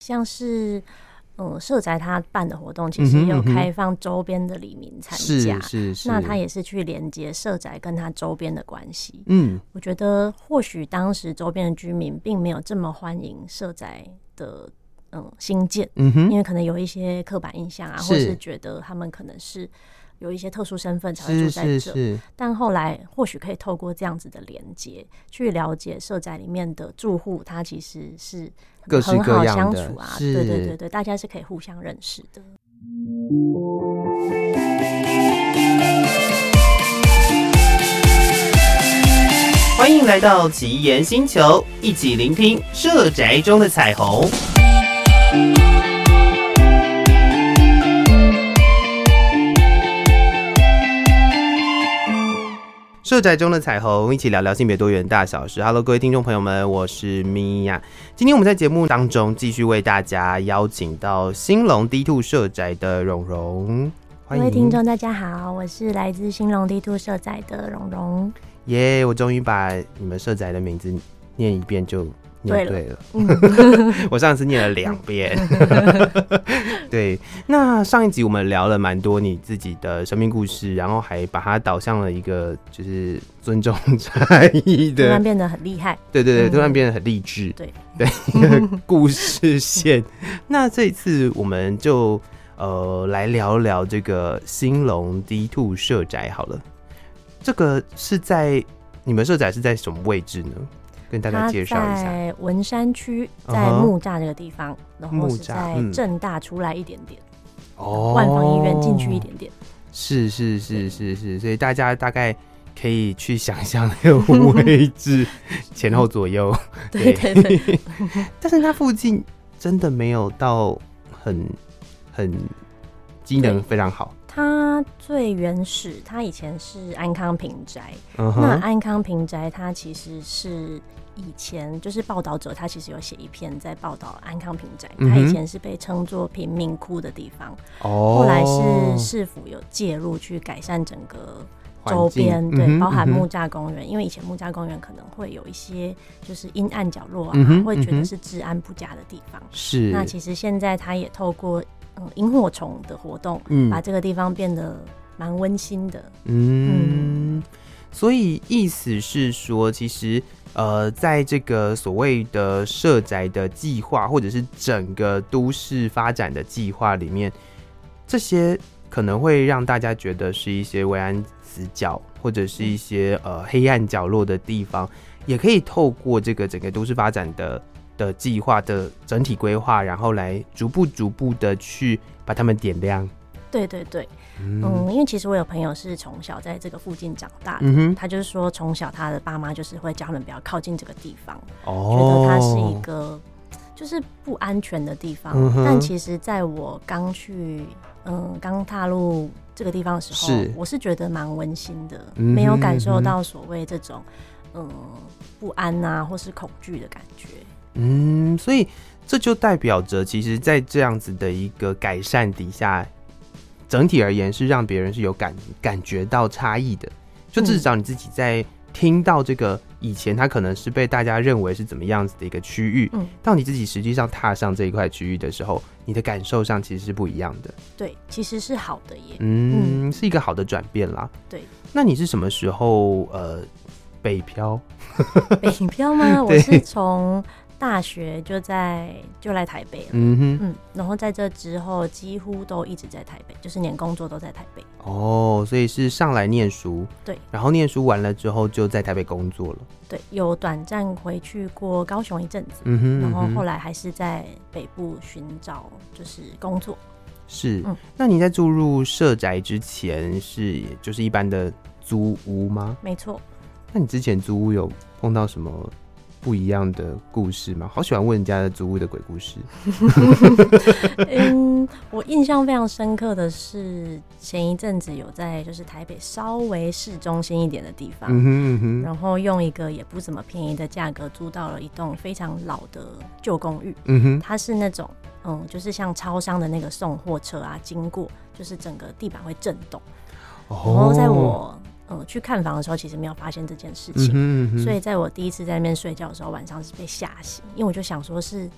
像是社宅他办的活动其实也有开放周边的里民参加， 是， 那他也是去连接社宅跟他周边的关系。我觉得或许当时周边的居民并没有这么欢迎社宅的新建，因为可能有一些刻板印象啊，或是觉得他们可能是有一些特殊身份才会住在这，但后来或许可以透过这样子的连接，去了解社宅里面的住户，他其实是很好相处啊，对，大家是可以互相认识的。 欢迎来到奇岩星球，一起聆听社宅中的彩虹。社宅中的彩虹，一起聊聊性别多元大小事。Hello， 各位听众朋友们，我是米娅。今天我们在节目当中继续为大家邀请到兴隆 D2 社宅的蓉蓉。 各位听众大家好，我是来自兴隆 D2 社宅的蓉蓉。 耶，我终于把你们社宅的名字念一遍就念对了。我上次念了2遍。对，那上一集我们聊了蛮多你自己的生命故事，然后还把它导向了一个就是尊重差异的， 突然变得很厉害。 对，突然变得很励志。对，一个故事线。那这一次我们就来聊聊这个兴隆 D2 社宅好了。这个是在你们社宅是在什么位置呢？跟大家介绍一下。 在文山区，在木栅这个地方，然后是在政大出来一点点，万芳医院进去一点点。是， 所以大家大概可以去想象那个位置前后左右。 对。 但是它附近真的没有到很机能非常好。 它最原始，它以前是安康平宅。那安康平宅它其实是以前就是报道者，他其实有写一篇在报道安康平宅。它以前是被称作贫民窟的地方，后来是市府有介入去改善整个周边，对，包含木栅公园，因为以前木栅公园可能会有一些就是阴暗角落啊，会觉得是治安不佳的地方。是，那其实现在它也透过萤火虫的活动，把这个地方变得蛮温馨的。 所以意思是说，其实在这个所谓的社宅的计划，或者是整个都市发展的计划里面，这些可能会让大家觉得是一些危安死角，或者是一些黑暗角落的地方，也可以透过这个整个都市发展的计划的整体规划，然后来逐步的去把它们点亮。对， 因为其实我有朋友是从小在这个附近长大的，他就是说从小他的爸妈就是会叫他们不要靠近这个地方，觉得它是一个就是不安全的地方。但其实在我刚踏入这个地方的时候，我是觉得蛮温馨的，没有感受到所谓这种不安啊或是恐惧的感觉。 所以这就代表着，其实在这样子的一个改善底下，整体而言是让别人是有感觉到差异的。就至少你自己在听到这个以前它可能是被大家认为是怎么样子的一个区域，到你自己实际上踏上这一块区域的时候，你的感受上其实是不一样的。 对，其实是好的耶。 是一个好的转变啦。 对， 那你是什么时候北漂？ 北漂吗？我是从大学就来台北了。然后在这之后几乎都一直在台北，就是连工作都在台北。 所以是上来念书， 对， 然后念书完了之后就在台北工作了。 对，有短暂回去过高雄一阵子，然后后来还是在北部寻找就是工作。 是，那你在住入社宅之前是就是一般的租屋吗？ 没错。 那你之前租屋有碰到什么不一样的故事吗？好喜欢问人家的租屋的鬼故事。 我印象非常深刻的是前一阵子有在就是台北稍微市中心一点的地方，然后用一个也不怎么便宜的价格租到了一栋非常老的旧公寓。它是那种就是像超商的那个送货车啊经过，就是整个地板会震动。然后在我去看房的时候其实没有发现这件事情，所以在我第一次在那边睡觉的时候晚上是被吓醒，因为我就想说是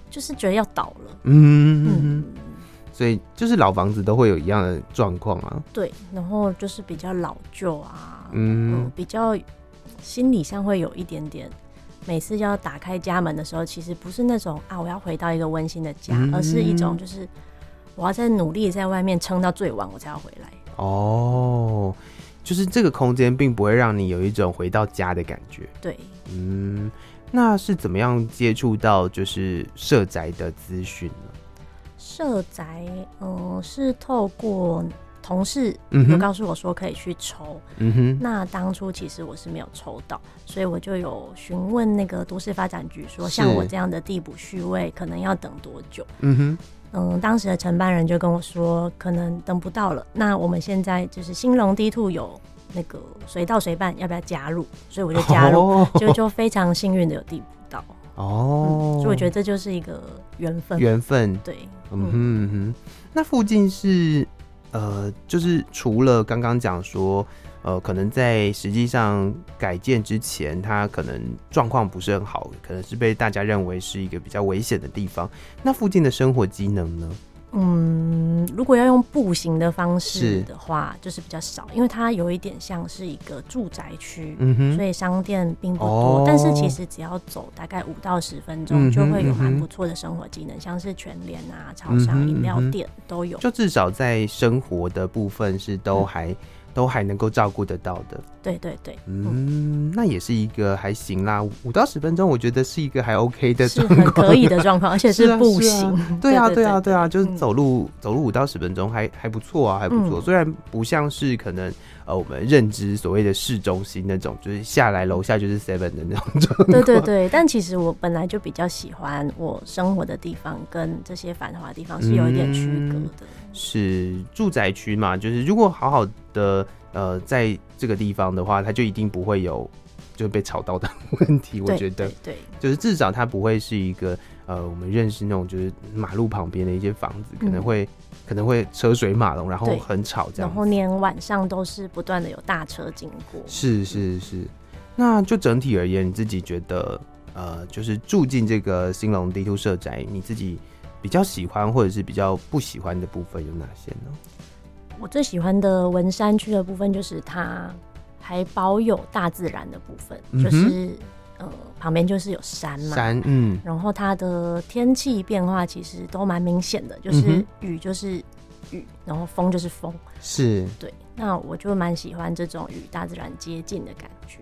就是觉得要倒了。 所以就是老房子都会有一样的状况啊。 对，然后就是比较老旧啊，比较心理上会有一点点，每次要打开家门的时候，其实不是那种啊我要回到一个温馨的家，而是一种就是我要在努力在外面撑到最晚我才要回来。哦， 就是这个空间并不会让你有一种回到家的感觉。 对， 那是怎么样接触到就是社宅的资讯呢？ 社宅，是透过同事有告诉我说可以去抽，那当初其实我是没有抽到，所以我就有询问那个都市发展局说，像我这样的递补序位可能要等多久？当时的承办人就跟我说，可能等不到了。那我们现在就是兴隆 D2 有那个随到随办，要不要加入？所以我就加入，就非常幸运的有递补到。所以我觉得这就是一个缘分。对， 那附近是就是除了刚刚讲说，可能在实际上改建之前，它可能状况不是很好，可能是被大家认为是一个比较危险的地方。那附近的生活机能呢？ 如果要用步行的方式的话，就是比较少，因为它有一点像是一个住宅区，所以商店并不多。但是其实只要走大概5到10分钟，就会有蛮不错的生活机能，像是全联啊、超商、饮料店都有。 就至少在生活的部分是都还能够照顾得到的。 对对对， 那也是一个还行啦，5到10分钟，我觉得是一个还 OK 的状况， 是很可以的状况，而且是步行。 对啊，就是走路5到10分钟还不错啊，还不错。虽然不像是可能我们认知所谓的市中心那种，就是下来楼下就是 7 的那种状况。 对，但其实我本来就比较喜欢我生活的地方跟这些繁华的地方是有一点区隔的。是住宅区嘛，就是如果好好的在这个地方的话，它就一定不会有就被吵到的问题。我觉得对，就是至少它不会是一个我们认识那种就是马路旁边的一些房子，可能会车水马龙，然后很吵这样， 然后连晚上都是不断的有大车经过。 是。那就整体而言，你自己觉得就是住进这个兴隆 D2 社宅，你自己比较喜欢或者是比较不喜欢的部分有哪些呢？ 我最喜欢的文山区的部分就是它还保有大自然的部分，就是旁边就是有山嘛，然后它的天气变化其实都蛮明显的，就是雨就是雨，然后风就是风，是对。那我就蛮喜欢这种与大自然接近的感觉，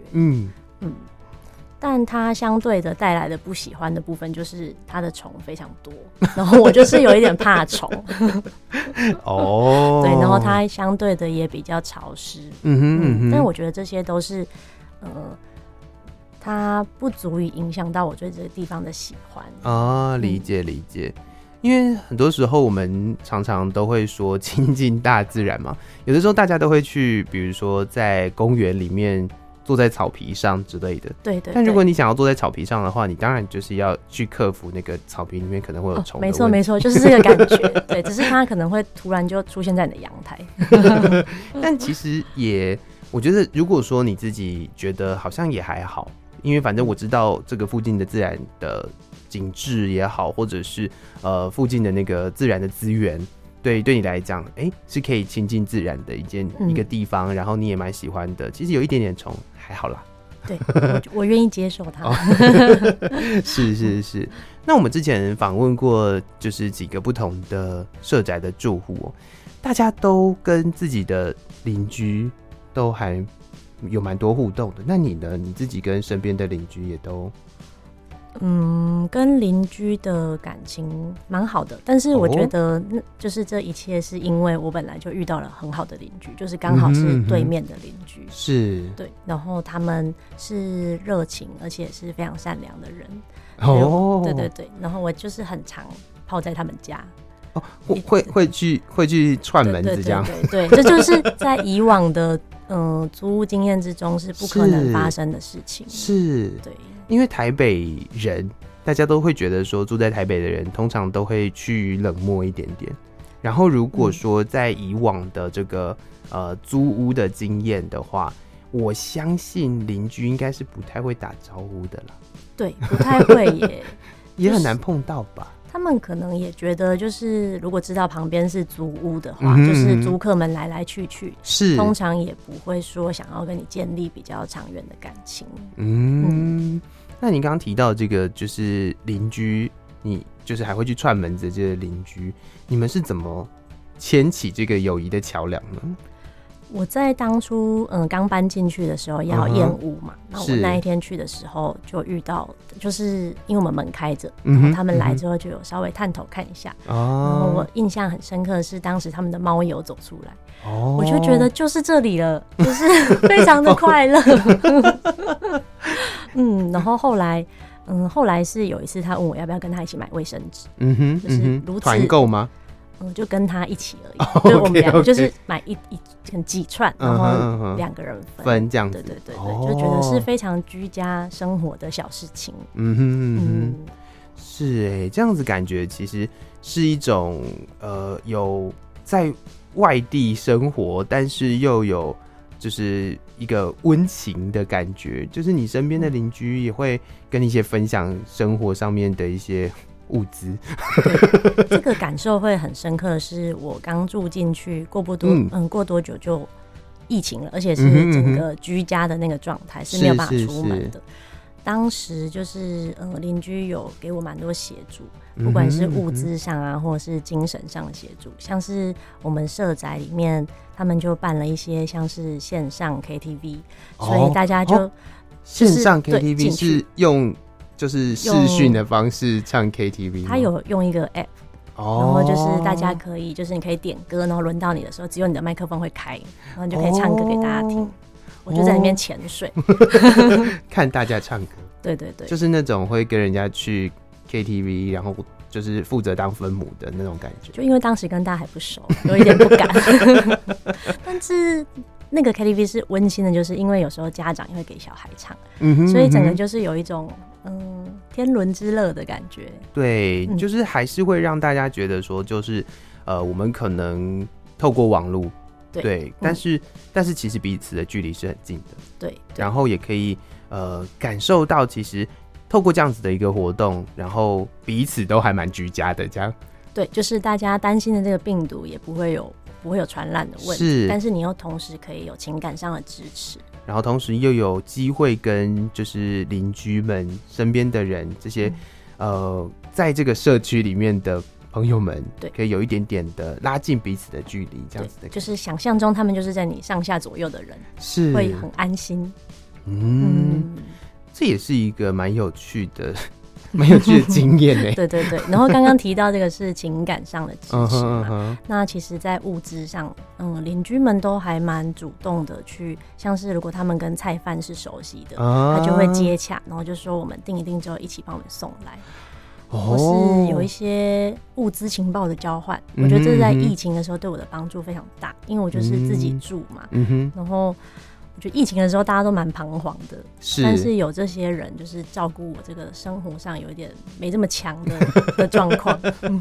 但它相对的带来的不喜欢的部分就是它的虫非常多，然后我就是有一点怕虫。对，然后它相对的也比较潮湿，但我觉得这些都是它不足以影响到我对这个地方的喜欢。 理解。因为很多时候我们常常都会说亲近大自然嘛，有的时候大家都会去，比如说在公园里面坐在草皮上之类的，对。但如果你想要坐在草皮上的话，你当然就是要去克服那个草皮里面可能会有虫的问题。 没错，就是这个感觉。对，只是它可能会突然就出现在你的阳台。 但其实我觉得如果说你自己觉得好像也还好，因为反正我知道这个附近的自然的景致也好，或者是附近的那个自然的资源，对你来讲，是可以亲近自然的一个地方，然后你也蛮喜欢的。其实有一点点虫还好啦。 对，我愿意接受它。 是。那我们之前访问过，就是几个不同的社宅的住户大家都跟自己的邻居都还有蛮多互动的。那你呢？你自己跟身边的邻居也都？ 跟邻居的感情蛮好的，但是我觉得就是这一切是因为我本来就遇到了很好的邻居，就是刚好是对面的邻居，是对，然后他们是热情而且是非常善良的人，对，然后我就是很常泡在他们家。 会去串门子这样， 对，这就是在以往的租屋经验之中是不可能发生的事情，是，对。 因为台北人，大家都会觉得说住在台北的人通常都会趋于冷漠一点点。然后如果说在以往的这个租屋的经验的话，我相信邻居应该是不太会打招呼的啦。 对，不太会耶。 也很难碰到吧？ 他们可能也觉得，就是如果知道旁边是租屋的话，就是租客们来来去去， 是通常也不会说想要跟你建立比较长远的感情。 那你刚刚提到这个就是邻居，你就是还会去串门子这个邻居，你们是怎么牵起这个友谊的桥梁呢？ 我在当初刚搬进去的时候要验屋嘛，那我那一天去的时候就遇到，就是因为我们门开着，然后他们来之后就有稍微探头看一下，然后我印象很深刻的是当时他们的猫有走出来，我就觉得就是这里了，就是非常的快乐。然后后来是有一次他问我要不要跟他一起买卫生纸，就是如此团购吗？ 就跟他一起而已，就我们两个就是买几串，然后2个人分这样子，对，就觉得是非常居家生活的小事情。 是这样子感觉其实是一种有在外地生活，但是又有就是一个温情的感觉，就是你身边的邻居也会跟你一些分享生活上面的一些物资。 对，这个感受会很深刻的是我刚住进去过多久就疫情了，而且是整个居家的那个状态是没有办法出门的。当时就是邻居有给我蛮多协助，不管是物资上啊，或者是精神上的协助，像是我们社宅里面他们就办了一些像是线上 KTV，所以大家就线上 KTV 是用就是视讯的方式唱 KTV， 他有用一个 app，然后就是大家可以，就是你可以点歌，然后轮到你的时候，只有你的麦克风会开，然后你就可以唱歌给大家听。我就在里面潜水， 看大家唱歌。 对， 就是那种会跟人家去 KTV， 然后就是负责当分母的那种感觉。 就因为当时跟大家还不熟，有一点不敢。但是那个 KTV 是温馨的，就是因为有时候家长也会给小孩唱，所以整个就是有一种天伦之乐的感觉。 对，就是还是会让大家觉得说，就是我们可能透过网络。对，但是其实彼此的距离是很近的， 对， 然后也可以感受到，其实透过这样子的一个活动，然后彼此都还蛮居家的这样。 对，就是大家担心的这个病毒也不会有传染的问题，但是你又同时可以有情感上的支持， 然后同时又有机会跟就是邻居们身边的人这些在这个社区里面的朋友们，对，可以有一点点的拉近彼此的距离，这样子的， 就是想象中他们就是在你上下左右的人， 是会很安心。 这也是一个蛮有趣的经验呢。 对，然后刚刚提到这个是情感上的支持嘛，那其实在物资上，邻居们都还蛮主动的去，像是如果他们跟菜贩是熟悉的，他就会接洽，然后就说我们订一订之后一起帮我们送来。或是有一些物资情报的交换，我觉得这在疫情的时候对我的帮助非常大，因为我就是自己住嘛，然后我觉得疫情的时候大家都蛮彷徨的，但是有这些人就是照顾我这个生活上有一点没这么强的状况。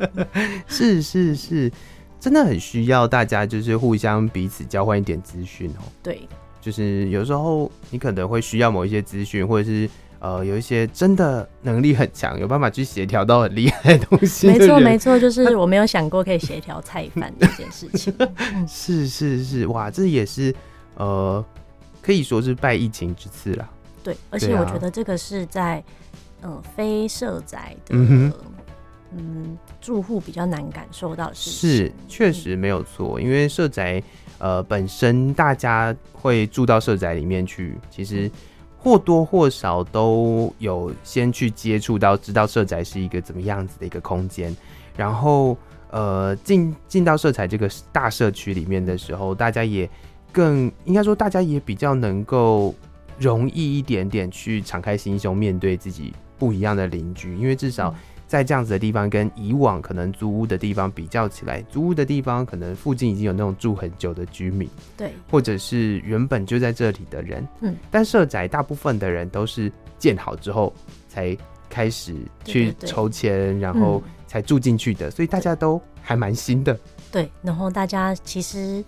是，真的很需要大家就是互相彼此交换一点资讯哦。 对， 就是有时候你可能会需要某一些资讯，或者是有一些真的能力很强，有办法去协调到很厉害的东西的人。 没错，就是我没有想过可以协调菜贩这件事情。 是，哇，这也是可以说是拜疫情之赐啦。 对，而且我觉得这个是在非社宅的住户比较难感受到的事情。 是，确实没有错，因为社宅本身大家会住到社宅里面去，其实或多或少都有先去接触到，知道社宅是一个怎么样子的一个空间，然后进到社宅这个大社区里面的时候，大家也应该说大家也比较能够容易一点点去敞开心胸面对自己不一样的邻居，因为至少在这样子的地方跟以往可能租屋的地方比较起来，租屋的地方可能附近已经有那种住很久的居民， 对， 或者是原本就在这里的人，但社宅大部分的人都是建好之后才开始去抽签，然后才住进去的，所以大家都还蛮新的。 对，然后大家其实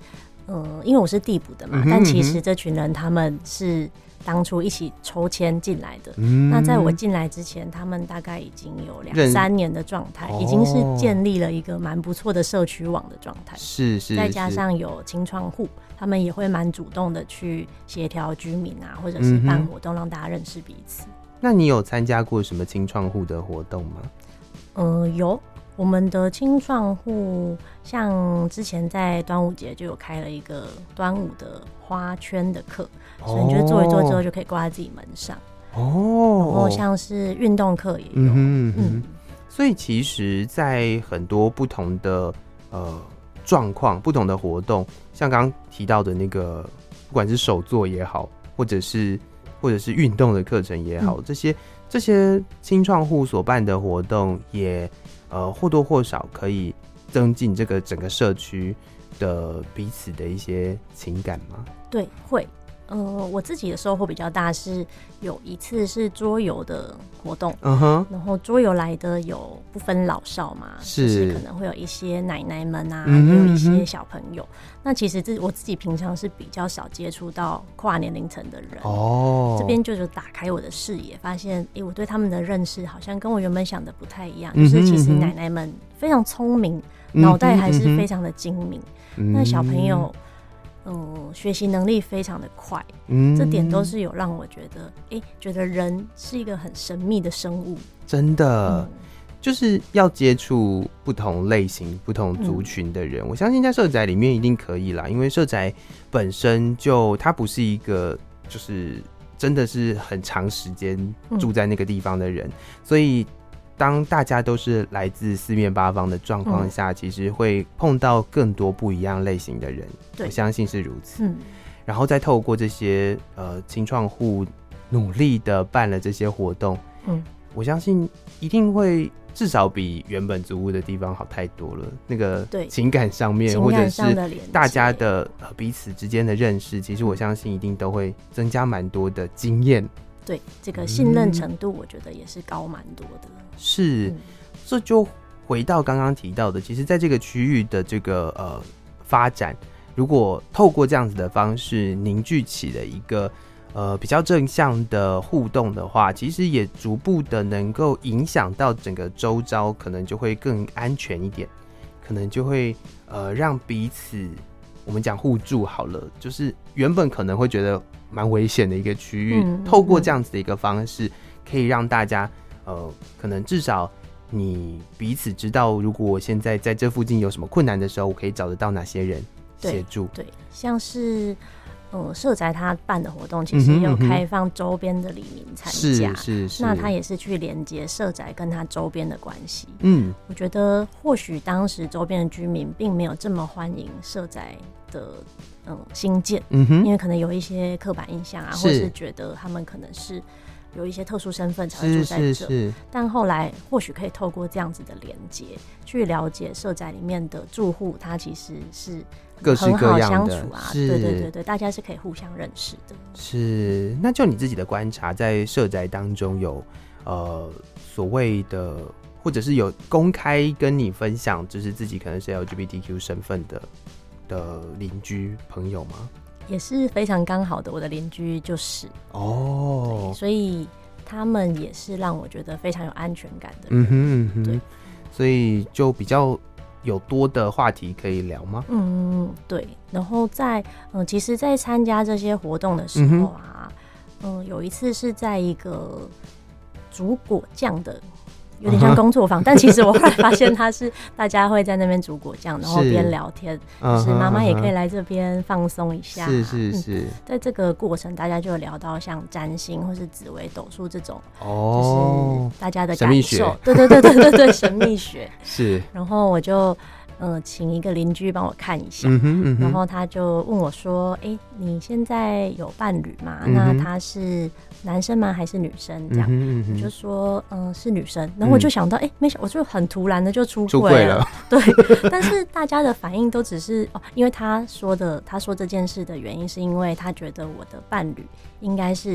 因为我是递补的嘛，但其实这群人他们是当初一起抽签进来的。那在我进来之前，他们大概已经有2-3年的状态，已经是建立了一个蛮不错的社区网的状态。 是， 再加上有青创户，他们也会蛮主动的去协调居民啊，或者是办活动让大家认识彼此。 那你有参加过什么青创户的活动吗？ 有。我们的青创户像之前在端午节就有开了一个端午的花圈的课，所以你就做一做之后就可以挂在自己门上。然后像是运动课也有。 所以其实在很多不同的状况、不同的活动，像刚刚提到的那个不管是手作也好，或者是运动的课程也好，这些青创户所办的活动也或多或少可以增进这个整个社区的彼此的一些情感吗？对， 会。我自己的收获比较大，是有一次是桌游的活动，然后桌游来的有不分老少嘛，就是可能会有一些奶奶们啊，也有一些小朋友。那其实我自己平常是比较少接触到跨年龄层的人，这边就打开我的视野，发现我对他们的认识好像跟我原本想的不太一样，就是其实奶奶们非常聪明，脑袋还是非常的精明，那小朋友学习能力非常的快，这点都是有让我觉得人是一个很神秘的生物，真的。就是要接触不同类型、不同族群的人，我相信在社宅里面一定可以啦，因为社宅本身就它不是一个就是真的是很长时间住在那个地方的人，所以当大家都是来自四面八方的状况下，其实会碰到更多不一样类型的人，我相信是如此。然后再透过这些青创户努力的办了这些活动，我相信一定会至少比原本租屋的地方好太多了。那个情感上面，或者是大家的彼此之间的认识，其实我相信一定都会增加蛮多的经验。对，这个信任程度我觉得也是高蛮多的。是，这就回到刚刚提到的，其实在这个区域的这个发展，如果透过这样子的方式凝聚起了一个比较正向的互动的话，其实也逐步的能够影响到整个周遭，可能就会更安全一点，可能就会让彼此，我们讲互助好了，就是原本可能会觉得蛮危险的一个区域，透过这样子的一个方式，可以让大家可能至少你彼此知道，如果我现在在这附近有什么困难的时候，我可以找得到哪些人协助。对，像是社宅他办的活动，其实也有开放周边的里民参加，是，那他也是去连接社宅跟他周边的关系。我觉得或许当时周边的居民并没有这么欢迎社宅的新建，因为可能有一些刻板印象啊，或是觉得他们可能是有一些特殊身份才会住在这，但后来或许可以透过这样子的连接，去了解社宅里面的住户，他其实是各式各样的，很好相处啊，对，大家是可以互相认识的。是，那就你自己的观察，在社宅当中有所谓的，或者是有公开跟你分享，就是自己可能是 LGBTQ 身份的邻居朋友吗？也是非常刚好的，我的邻居就是所以他们也是让我觉得非常有安全感的人。对，所以就比较有多的话题可以聊吗？对。然后其实在参加这些活动的时候啊，有一次是在一个煮果酱的，有点像工作坊，但其实我后来发现他是大家会在那边煮果酱，然后边聊天，就是妈妈也可以来这边放松一下。是。在这个过程，大家就聊到像占星或是紫微斗数这种，就是大家的感受。对，神秘学是。然后我就请一个邻居帮我看一下，然后他就问我说：“你现在有伴侣吗？那他是男生吗？还是女生？”这样，我就说：“是女生。”然后我就想到，没想，我就很突然的就出柜了。对，但是大家的反应都只是因为他说这件事的原因，是因为他觉得我的伴侣应该是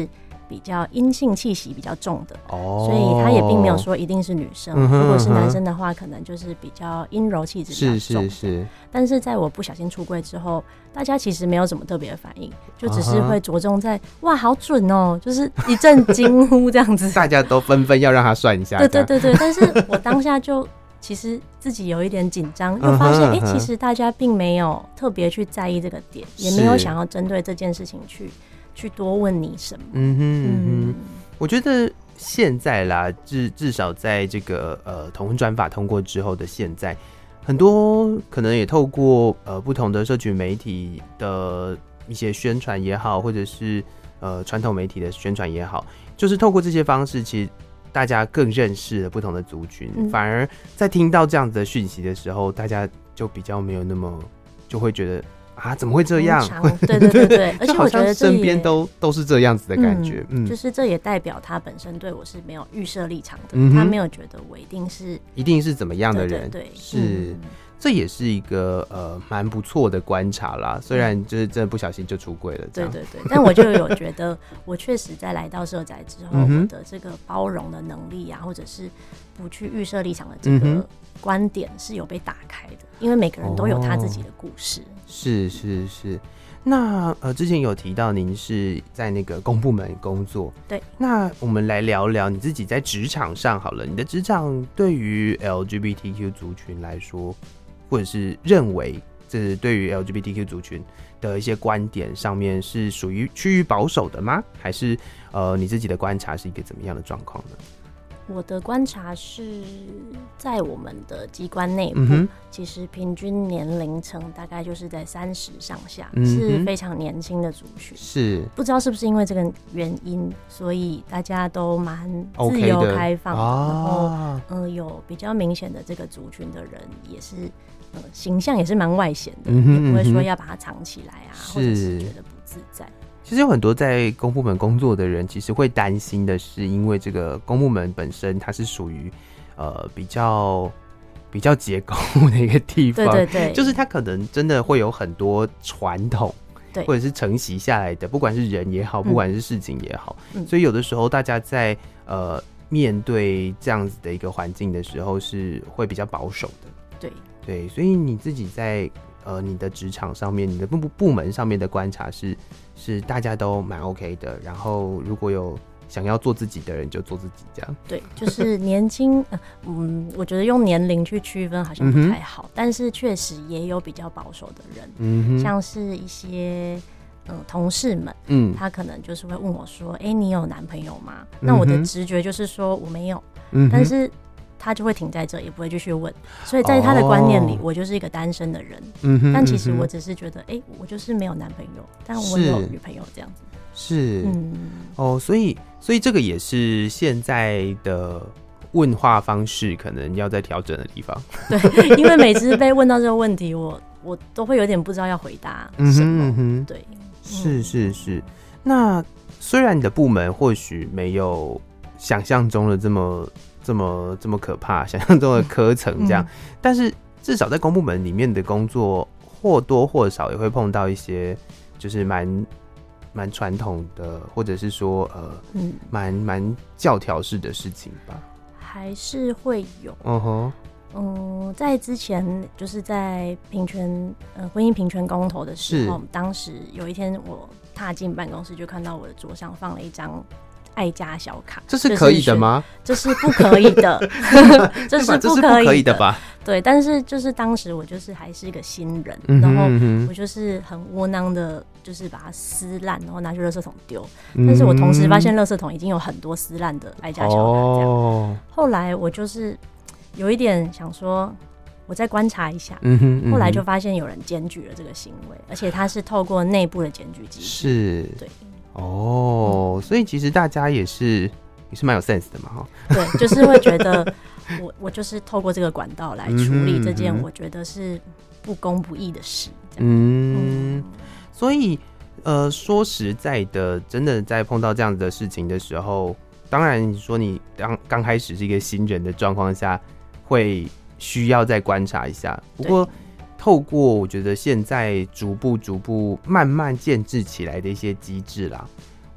比较阴性气息比较重的，所以他也并没有说一定是女生，如果是男生的话可能就是比较阴柔气质比较重。是。但是在我不小心出柜之后，大家其实没有什么特别的反应，就只是会着重在哇好准哦，就是一阵惊呼这样子大家都纷纷要让他算一下。 对，但是我当下就其实自己有一点紧张，又发现其实大家并没有特别去在意这个点，也没有想要针对这件事情去多问你什么。 我觉得现在啦，至少在这个同婚专法通过之后的现在，很多可能也透过不同的社群媒体的一些宣传也好，或者是传统媒体的宣传也好，就是透过这些方式，其实大家更认识了不同的族群，反而在听到这样子的讯息的时候，大家就比较没有那么就会觉得啊怎么会这样？ 对，而且我觉得身边都是这样子的感觉， 就是这也代表他本身对我是没有预设立场的，他没有觉得我一定是怎么样的人， 对， 是。这也是一个蛮不错的观察啦，虽然就是真的不小心就出柜了这样。 对，但我就有觉得我确实在来到社宅之后，我的这个包容的能力啊，或者是不去预设立场的这个观点是有被打开的，因为每个人都有他自己的故事。 是。那之前有提到您是在那个公部门工作， 对。那我们来聊聊你自己在职场上好了，你的职场对于 LGBTQ 族群来说，或者是认为这对于 LGBTQ 族群的一些观点上面是属于趋于保守的吗？还是你自己的观察是一个怎么样的状况呢？ 我的观察是在我们的机关内部，其实平均年龄层大概就是在30上下，是非常年轻的族群。是不知道是不是因为这个原因，所以大家都蛮自由开放的，然后有比较明显的这个族群的人也是形象也是蛮外显的，也不会说要把它藏起来啊，或者是觉得不自在。 其实有很多在公部门工作的人，其实会担心的是，因为这个公部门本身它是属于比较结构的一个地方，对，就是它可能真的会有很多传统，对，或者是承袭下来的，不管是人也好，不管是事情也好，所以有的时候大家在面对这样子的一个环境的时候，是会比较保守的，对，所以你自己在你的职场上面，你的部门上面的观察是大家都蛮 OK 的，然后如果有想要做自己的人就做自己这样。 对，就是年轻我觉得用年龄去区分好像不太好，但是确实也有比较保守的人，像是一些同事们，他可能就是会问我说你有男朋友吗？那我的直觉就是说我没有，但是他就会停在这，也不会继续问，所以在他的观念里，我就是一个单身的人。但其实我只是觉得，我就是没有男朋友，但我有女朋友这样子。 是，所以这个也是现在的问话方式可能要再调整的地方。 对，因为每次被问到这个问题，我都会有点不知道要回答什么。对， 是。那虽然你的部门或许没有想象中的这么可怕，想象中的科层这样，但是至少在公部门里面的工作，或多或少也会碰到一些就是蛮传统的，或者是说蛮教条式的事情吧， 还是会有。在之前就是在婚姻平权公投的时候，当时有一天我踏进办公室，就看到我的桌上放了一张爱家小卡。 这是可以的吗？ 这是不可以的，这是不可以的吧？对，但是就是当时我就是还是一个新人，然后我就是很窝囊的，就是把它撕烂，然后拿去垃圾桶丢。但是我同时发现垃圾桶已经有很多撕烂的爱家小卡这样。后来我就是有一点想说，我再观察一下。后来就发现有人检举了这个行为，而且他是透过内部的检举机制。是，对。 所以其实大家也是蛮有 sense 的嘛，哈。对， 就是会觉得我就是透过这个管道来处理这件我觉得是不公不义的事。 所以说实在的，真的在碰到这样子的事情的时候，当然你说你刚开始是一个新人的状况下，会需要再观察一下。不过透过我觉得现在逐步慢慢建制起来的一些机制啦，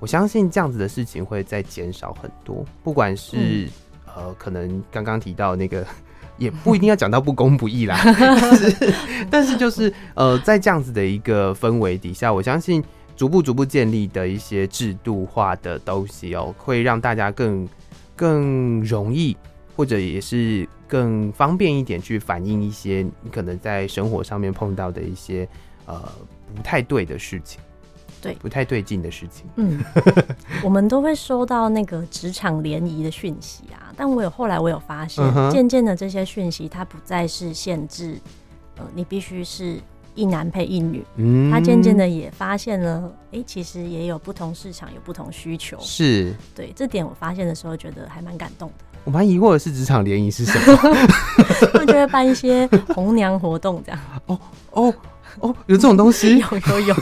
我相信这样子的事情会再减少很多，不管是、可能刚刚提到那个。也不一定要讲到不公不义啦，但是就是在这样子的一个氛围底下，我相信逐步建立的一些制度化的东西会让大家更容易，或者也是更方便一点去反映一些你可能在生活上面碰到的一些不太对的事情。对，不太对劲的事情。 我们都会收到那个职场联谊的讯息啊，但后来我有发现，渐渐的这些讯息它不再是限制，你必须是一男配一女，它渐渐的也发现了，其实也有不同市场有不同需求。是，对，这点我发现的时候觉得还蛮感动的。 我蛮疑惑的是职场联谊是什么？ 他们就会办一些红娘活动这样。 有这种东西？ 有，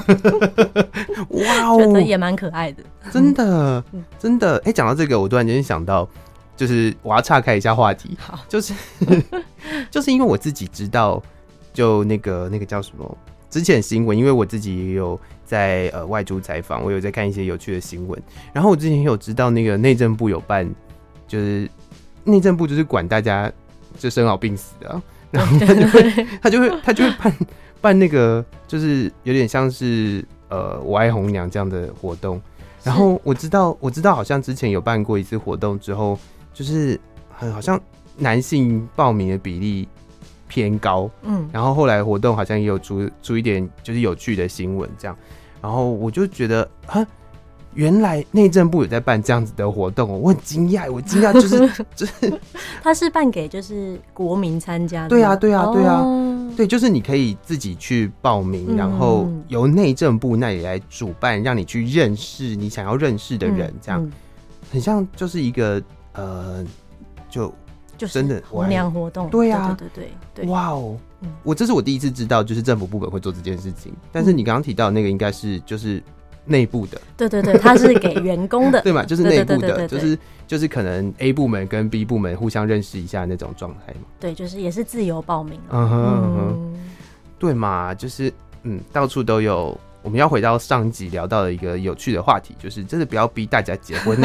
哇哦，觉得也蛮可爱的， 真的，真的。讲到这个，我突然间想到，就是我要岔开一下话题，好，就是因为我自己知道，就那个叫什么之前新闻，因为我自己也有在外出采访，我有在看一些有趣的新闻，然后我之前也有知道那个内政部有办，就是内政部就是管大家就生老病死的啊，然后他就会办那个就是有点像是我爱红娘这样的活动，然后我知道好像之前有办过一次活动之后，就是好像男性报名的比例偏高，然后后来活动好像也有出一点就是有趣的新闻这样，然后我就觉得原来内政部有在办这样子的活动我很惊讶，就是他是办给就是国民参加的。 对啊，对，就是你可以自己去报名，然后由内政部那里来主办，让你去认识你想要认识的人，这样很像就是一个就是真的红娘活动。 对啊， 对， 哇哦！这是我第一次知道，就是政府部门会做这件事情。但是你刚刚提到的那个应该是就是内部的， 对，它是给员工的， 对嘛？就是内部的，就是可能 A 部门跟 B 部门互相认识一下那种状态嘛。对， 就是也是自由报名。 对嘛？就是到处都有。我们要回到上一集聊到的一个有趣的话题，就是真的不要逼大家结婚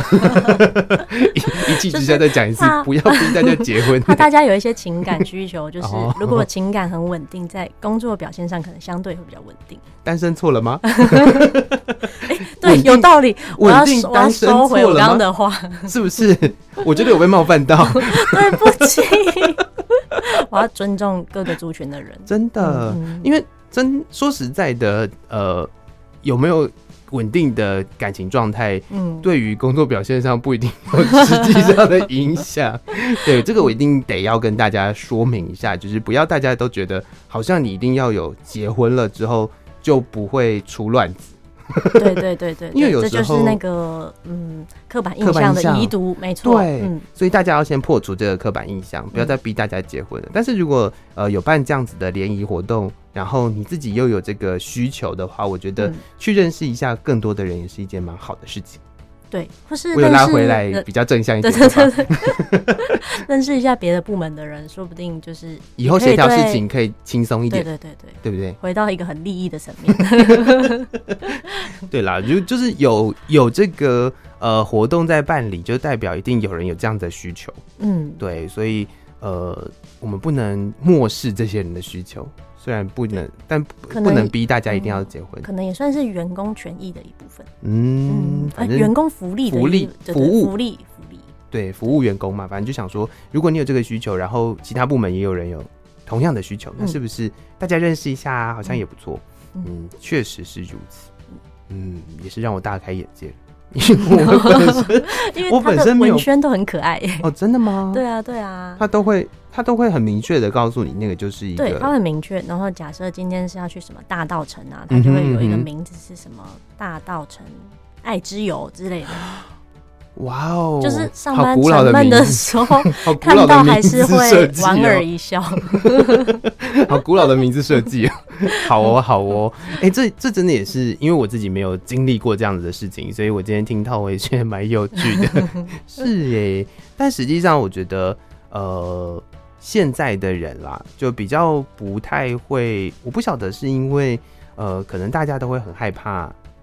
一气之下再讲一次，不要逼大家结婚。 怕大家有一些情感需求，就是如果情感很稳定，在工作表现上可能相对会比较稳定。 单身错了吗？ 对，有道理。 稳定单身错了吗？ 我要收回我刚刚的话， 是不是？我觉得有被冒犯到。 对不起，我要尊重各个族群的人。 真的，因为说实在的，有没有稳定的感情状态，对于工作表现上不一定有实际上的影响。对，这个我一定得要跟大家说明一下，就是不要大家都觉得好像你一定要有结婚了之后就不会出乱子。 对， 因为有时候这就是那个刻板印象的遗毒，没错。 对，所以大家要先破除这个刻板印象，不要再逼大家结婚了。但是如果有办这样子的联谊活动，然后你自己又有这个需求的话，我觉得去认识一下更多的人也是一件蛮好的事情。 对，或是我有拉回来比较正向一点， 对，认识一下别的部门的人，说不定就是以后协调事情可以轻松一点。 对不对？ 回到一个很利益的层面。 对啦，就是有这个活动在办理，就代表一定有人有这样的需求。对，所以我们不能漠视这些人的需求。虽然不能，但不能逼大家一定要结婚， 可能也算是员工权益的一部分。 反正员工福利的福利， 对， 服务员工嘛，反正就想说，如果你有这个需求，然后其他部门也有人有同样的需求，那是不是大家认识一下，好像也不错？确实是如此。也是让我大开眼界。因为我本身没有， 文宣都很可爱。 哦，真的吗？ 对啊， 他都会很明确的告诉你，那个就是一个， 对，他很明确。然后假设今天是要去什么大稻埕啊，他就会有一个名字是什么大稻埕爱之油之类的。 哇哦， 就是上班沉闷的时候看到还是会莞尔一笑。 好古老的名字设计哦。好哦。这真的也是因为我自己没有经历过这样子的事情，所以我今天听到我也觉得蛮有趣的。是耶，但实际上我觉得现在的人啦，就比较不太会，我不晓得是因为可能大家都会很害怕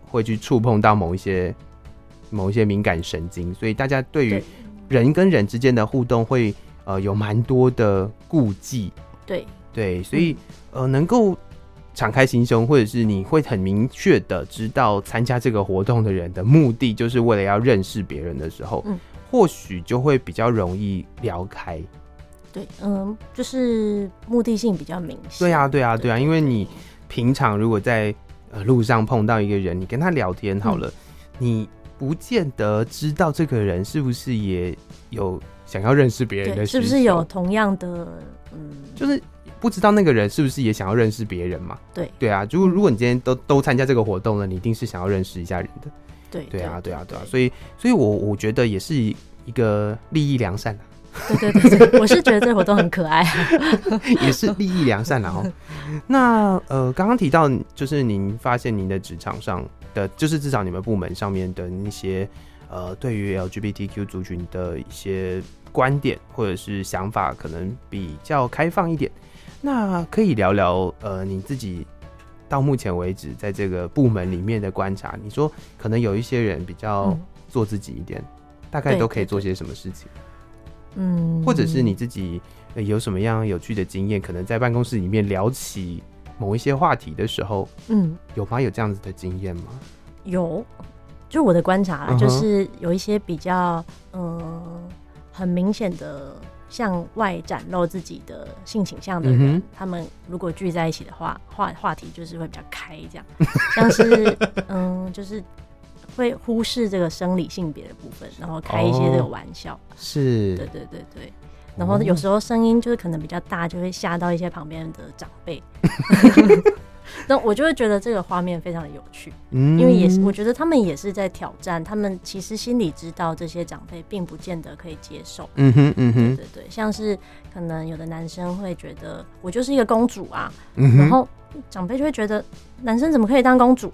会去触碰到某一些敏感神经，所以大家对于人跟人之间的互动会有蛮多的顾忌。对，所以能够敞开心胸，或者是你会很明确的知道参加这个活动的人的目的就是为了要认识别人的时候，或许就会比较容易聊开。 对，就是目的性比较明显。 对啊，因为你平常如果在路上碰到一个人，你跟他聊天好了，你不见得知道这个人是不是也有想要认识别人的需求， 是不是有同样的就是不知道那个人是不是也想要认识别人嘛？对啊，如果你今天都参加这个活动了，你一定是想要认识一下人的。对啊，所以我觉得也是一个利益良善啊。 对，我是觉得这个活动很可爱也是利益良善啦。那刚刚提到就是您发现您的职场上的，就是至少你们部门上面的一些对于 LGBTQ 族群的一些观点或者是想法可能比较开放一点，那可以聊聊你自己到目前为止在这个部门里面的观察。你说可能有一些人比较做自己一点，大概都可以做些什么事情？或者是你自己有什么样有趣的经验，可能在办公室里面聊起某一些话题的时候，有吗？有这样子的经验吗？ 有，就我的观察就是有一些比较很明显的向外展露自己的性倾向的人，他们如果聚在一起的话，话题就是会比较开，这样像是就是会忽视这个生理性别的部分，然后开一些这个玩笑。是，对。然后有时候声音就是可能比较大，就会吓到一些旁边的长辈。那我就会觉得这个画面非常的有趣，因为我觉得他们也是在挑战，他们其实心里知道这些长辈并不见得可以接受。对，像是可能有的男生会觉得我就是一个公主啊，然后长辈就会觉得男生怎么可以当公主？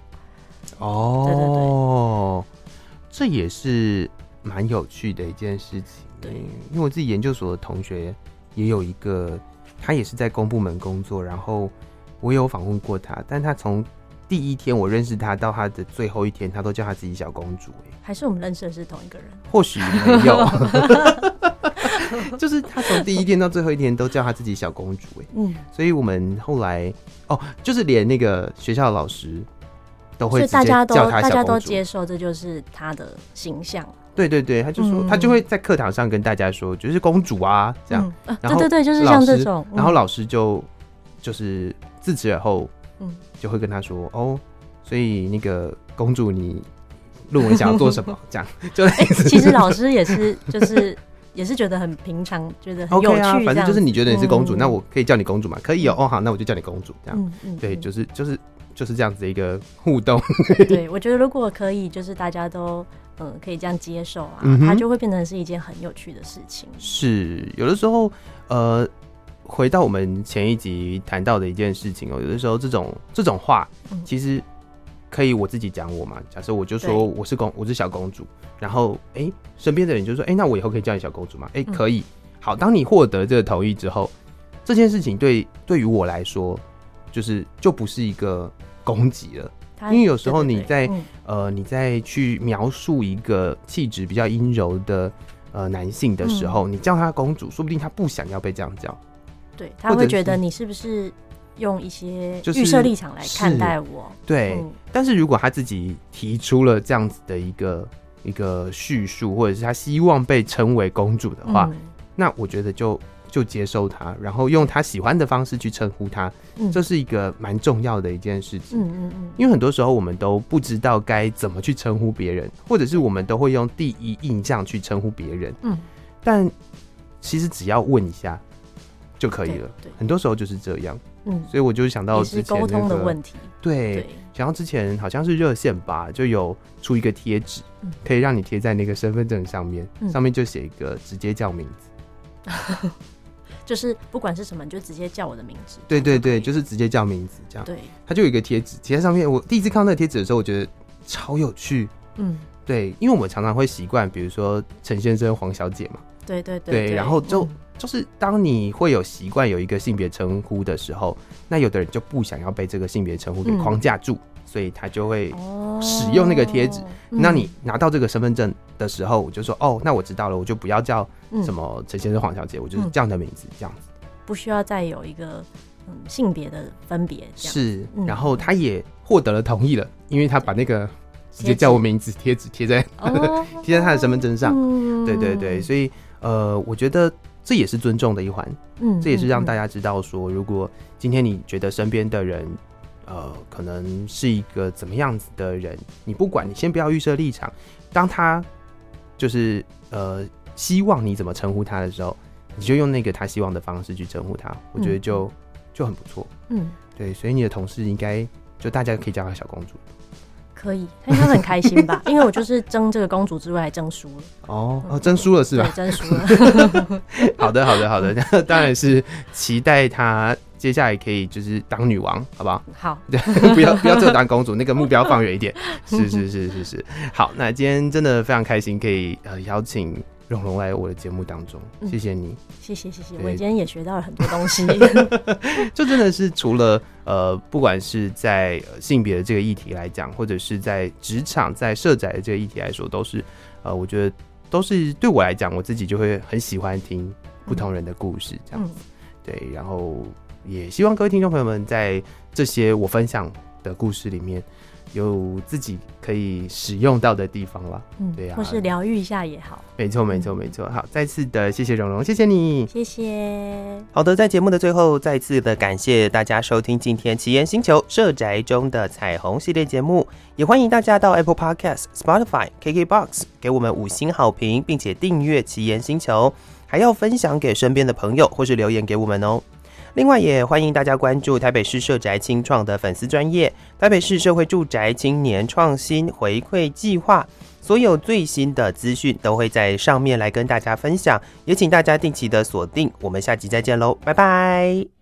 对， 这也是蛮有趣的一件事情。对，因为我自己研究所的同学也有一个，他也是在公部门工作，然后我有访问过他，但他从第一天我认识他到他的最后一天，他都叫他自己小公主。 还是我们认识的是同一个人？ 或许没有，就是他从第一天到最后一天都叫他自己小公主。所以我们后来就是连那个学校的老师都会直接叫他小公主， 大家都接受这就是他的形象。 对，他就说，他就会在课堂上跟大家说，就是公主啊，这样。 对，就是像这种。 然后老师就是自此而后，就会跟他说，所以那个公主，你论文想要做什么？这样就其实老师也是，就是也是觉得很平常，觉得很有趣。 反正就是你觉得你是公主，那我可以叫你公主嘛？可以好，那我就叫你公主，这样。对，就是这样子的一个互动。 对，我觉得如果可以，就是大家都可以这样接受啊，它就会变成是一件很有趣的事情。 是，有的时候回到我们前一集谈到的一件事情有的时候这种话，其实可以我自己讲我嘛。假设我就说我是小公主，然后身边的人就说那我以后可以叫你小公主吗？可以。好，当你获得这个同意之后，这件事情对于我来说就不是一个攻击了。因为有时候你在你在去描述一个气质比较阴柔的男性的时候，你叫他公主，说不定他不想要被这样叫。 对，他会觉得你是不是用一些预设立场来看待我？ 对，但是如果他自己提出了这样子的一个叙述，或者是他希望被称为公主的话，那我觉得就接受他，然后用他喜欢的方式去称呼他，这是一个蛮重要的一件事情。因为很多时候我们都不知道该怎么去称呼别人，或者是我们都会用第一印象去称呼别人。但其实只要问一下就可以了。很多时候就是这样。所以我就想到之前沟通的问题。 对，想到之前好像是热线吧，就有出一个贴纸，可以让你贴在那个身份证上面，上面就写一个直接叫名字。 就是不管是什么，你就直接叫我的名字。 对，就是直接叫名字这样。对，他就有一个贴纸贴在上面。我第一次看到那个贴纸的时候，我觉得超有趣。对，因为我们常常会习惯，比如说陈先生、黄小姐嘛。对，然后就是当你会有习惯有一个性别称呼的时候，那有的人就不想要被这个性别称呼给框架住， 所以他就会使用那个贴纸。那你拿到这个身份证的时候，我就说那我知道了，我就不要叫什么陈先生、黄小姐，我就是这样的名字，这样子， 不需要再有一个性别的分别。 是，然后他也获得了同意了，因为他把那个直接叫我名字贴纸贴在贴在他的身份证上。对对对，所以我觉得这也是尊重的一环。这也是让大家知道说，如果今天你觉得身边的人可能是一个怎么样子的人，你不管，你先不要预设立场，当他就是希望你怎么称呼他的时候，你就用那个他希望的方式去称呼他，我觉得就很不错。对，所以你的同事应该就大家可以叫她小公主。 可以，他应该很开心吧？因为我就是争这个公主之位还争输了。争输了是吧？ 对，争输了。 好的，当然是期待她接下来可以就是当女王，好不好？ 好， 不要只有当公主，那个目标放远一点。是。好，那今天真的非常开心，可以邀请蓉蓉来我的节目当中，谢谢你， 谢谢，我今天也学到了很多东西。 就真的是除了不管是在性别的这个议题来讲，或者是在职场、在社宅的这个议题来说，都是我觉得都是对我来讲，我自己就会很喜欢听不同人的故事，这样子。对，然后也希望各位听众朋友们在这些我分享的故事里面，有自己可以使用到的地方啦。对啊， 或是疗愈一下也好。 没错。好，再次的谢谢蓉蓉，谢谢你， 谢谢。 好的，在节目的最后，再次的感谢大家收听今天奇岩星球社宅中的彩虹系列节目，也欢迎大家到 Apple Podcast、Spotify、KKBOX 给我们5星好评，并且订阅奇岩星球，还要分享给身边的朋友，或是留言给我们哦。另外也欢迎大家关注台北市社宅青创的粉丝专页，台北市社会住宅青年创新回馈计划，所有最新的资讯都会在上面来跟大家分享，也请大家定期的锁定，我们下集再见喽，拜拜。